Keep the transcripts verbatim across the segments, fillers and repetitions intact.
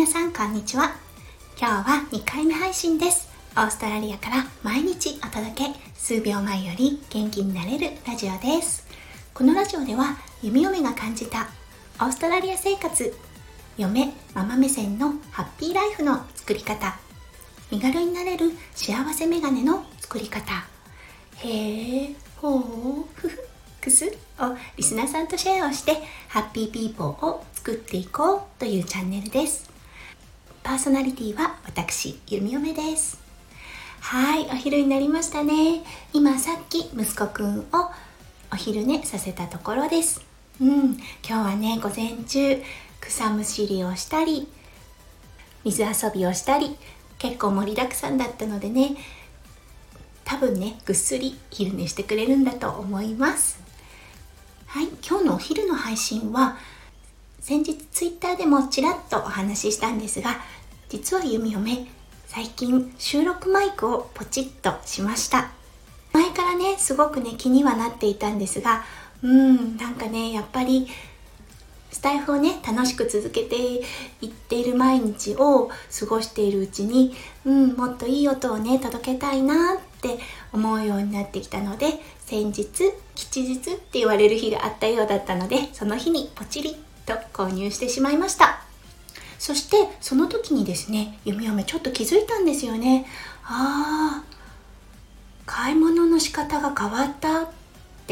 さんこんにちは。今日はにかいめ配信です。オーストラリアから毎日お届け、数秒前より元気になれるラジオです。このラジオでは弓嫁が感じたオーストラリア生活、嫁ママ目線のハッピーライフの作り方、身軽になれる幸せメガネの作り方、へーほーふふくすをリスナーさんとシェアをしてハッピーピーポーを作っていこうというチャンネルです。パーソナリティは私、弓嫁です。はい、お昼になりましたね。今さっき息子くんをお昼寝させたところです。うん、今日はね、午前中草むしりをしたり水遊びをしたり結構盛りだくさんだったのでね、多分ねぐっすり昼寝してくれるんだと思います。はい、今日のお昼の配信は先日ツイッターでもちらっとお話ししたんですが、実は弓嫁最近収録マイクをポチッとしました。前からねすごくね気にはなっていたんですが、うーんなんかねやっぱりスタイフをね楽しく続けていっている毎日を過ごしているうちに、うん、もっといい音をね届けたいなって思うようになってきたので、先日吉日って言われる日があったようだったので、その日にポチリと購入してしまいました。そしてその時にですね、弓嫁ちょっと気づいたんですよね。あー買い物の仕方が変わったって。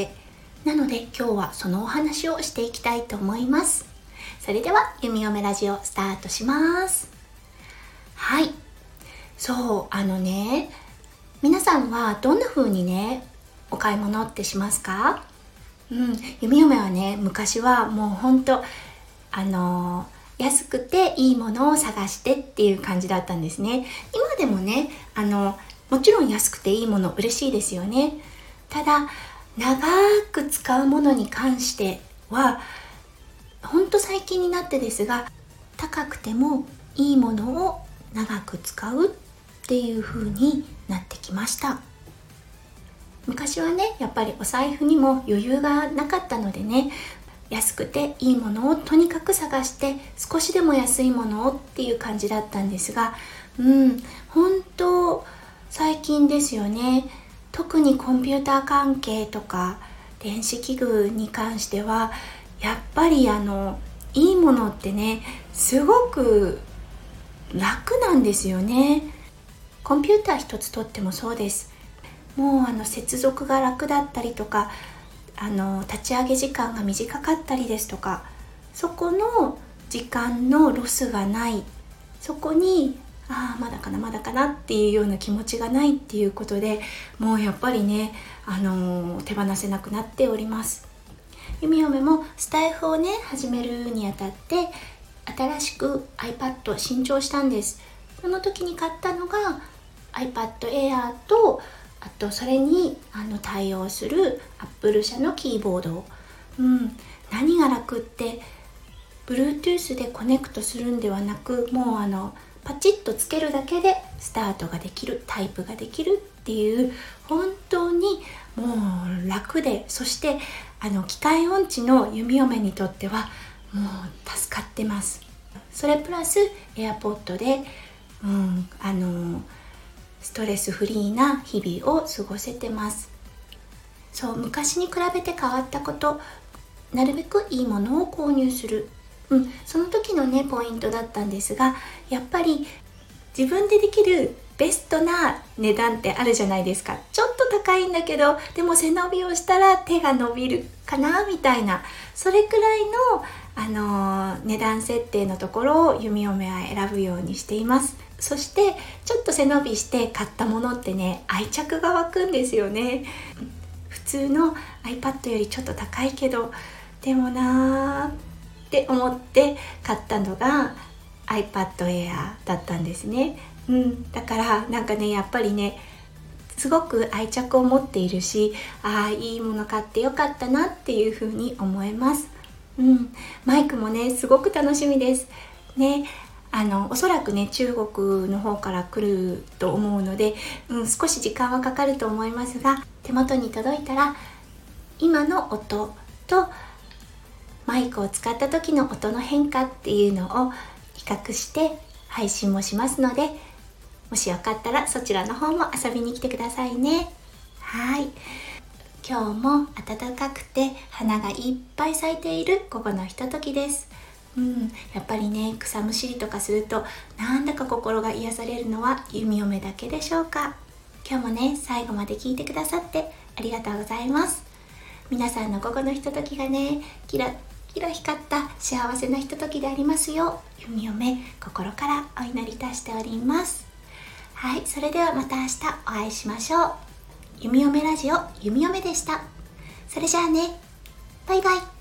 なので今日はそのお話をしていきたいと思います。それでは弓嫁ラジオスタートします。はい、そうあのね皆さんはどんな風にねお買い物ってしますか？うん、弓嫁はね昔はもうほんとあのー、安くていいものを探してっていう感じだったんですね。今でもねあのもちろん安くていいもの嬉しいですよね。ただ長く使うものに関してはほんと最近になってですが、高くてもいいものを長く使うっていう風になってきました。昔はねやっぱりお財布にも余裕がなかったのでね、安くていいものをとにかく探して少しでも安いものをっていう感じだったんですが、うん本当最近ですよね。特にコンピューター関係とか電子器具に関してはやっぱりあのいいものってねすごく楽なんですよね。コンピューター一つとってもそうです。もうあの接続が楽だったりとか、あの立ち上げ時間が短かったりですとか、そこの時間のロスがない、そこにああまだかなまだかなっていうような気持ちがないっていうことで、もうやっぱりね、あのー、手放せなくなっております。弓嫁もスタイフをね始めるにあたって新しく iPad 新調したんです。その時に買ったのが iPad Air と、あとそれにあの対応する Apple 社のキーボード、うん、何が楽って Bluetooth でコネクトするんではなく、もうあのパチッとつけるだけでスタートができる、タイプができるっていう、本当にもう楽で、そしてあの機械音痴の弓嫁にとってはもう助かってます。それプラス AirPod で、うん、あのストレスフリーな日々を過ごせてます。そう、昔に比べて変わったこと、なるべくいいものを購入する、うん、その時のねポイントだったんですが、やっぱり自分でできるベストな値段ってあるじゃないですか。ちょっと高いんだけどでも背伸びをしたら手が伸びるかなみたいな、それくらいの、あのー、値段設定のところを弓嫁は選ぶようにしています。そしてちょっと背伸びして買ったものってね愛着が湧くんですよね。普通の iPad よりちょっと高いけどでもなーって思って買ったのが iPad Air だったんですね。うん、だからなんかねやっぱりねすごく愛着を持っているし、ああいいもの買ってよかったなっていうふうに思います。うん、マイクもねすごく楽しみですね。あのおそらくね中国の方から来ると思うので、うん、少し時間はかかると思いますが、手元に届いたら今の音とマイクを使った時の音の変化っていうのを比較して配信もしますので、もしよかったらそちらの方も遊びに来てくださいね。はい、今日も暖かくて花がいっぱい咲いている午後のひとときです。うん、やっぱりね、草むしりとかするとなんだか心が癒されるのは弓嫁だけでしょうか。今日もね、最後まで聞いてくださってありがとうございます。皆さんの午後のひとときがね、キラキラ光った幸せなひとときでありますよう、弓嫁心からお祈りいたしております。はい、それではまた明日お会いしましょう。弓嫁ラジオ弓嫁でした。それじゃあね、バイバイ。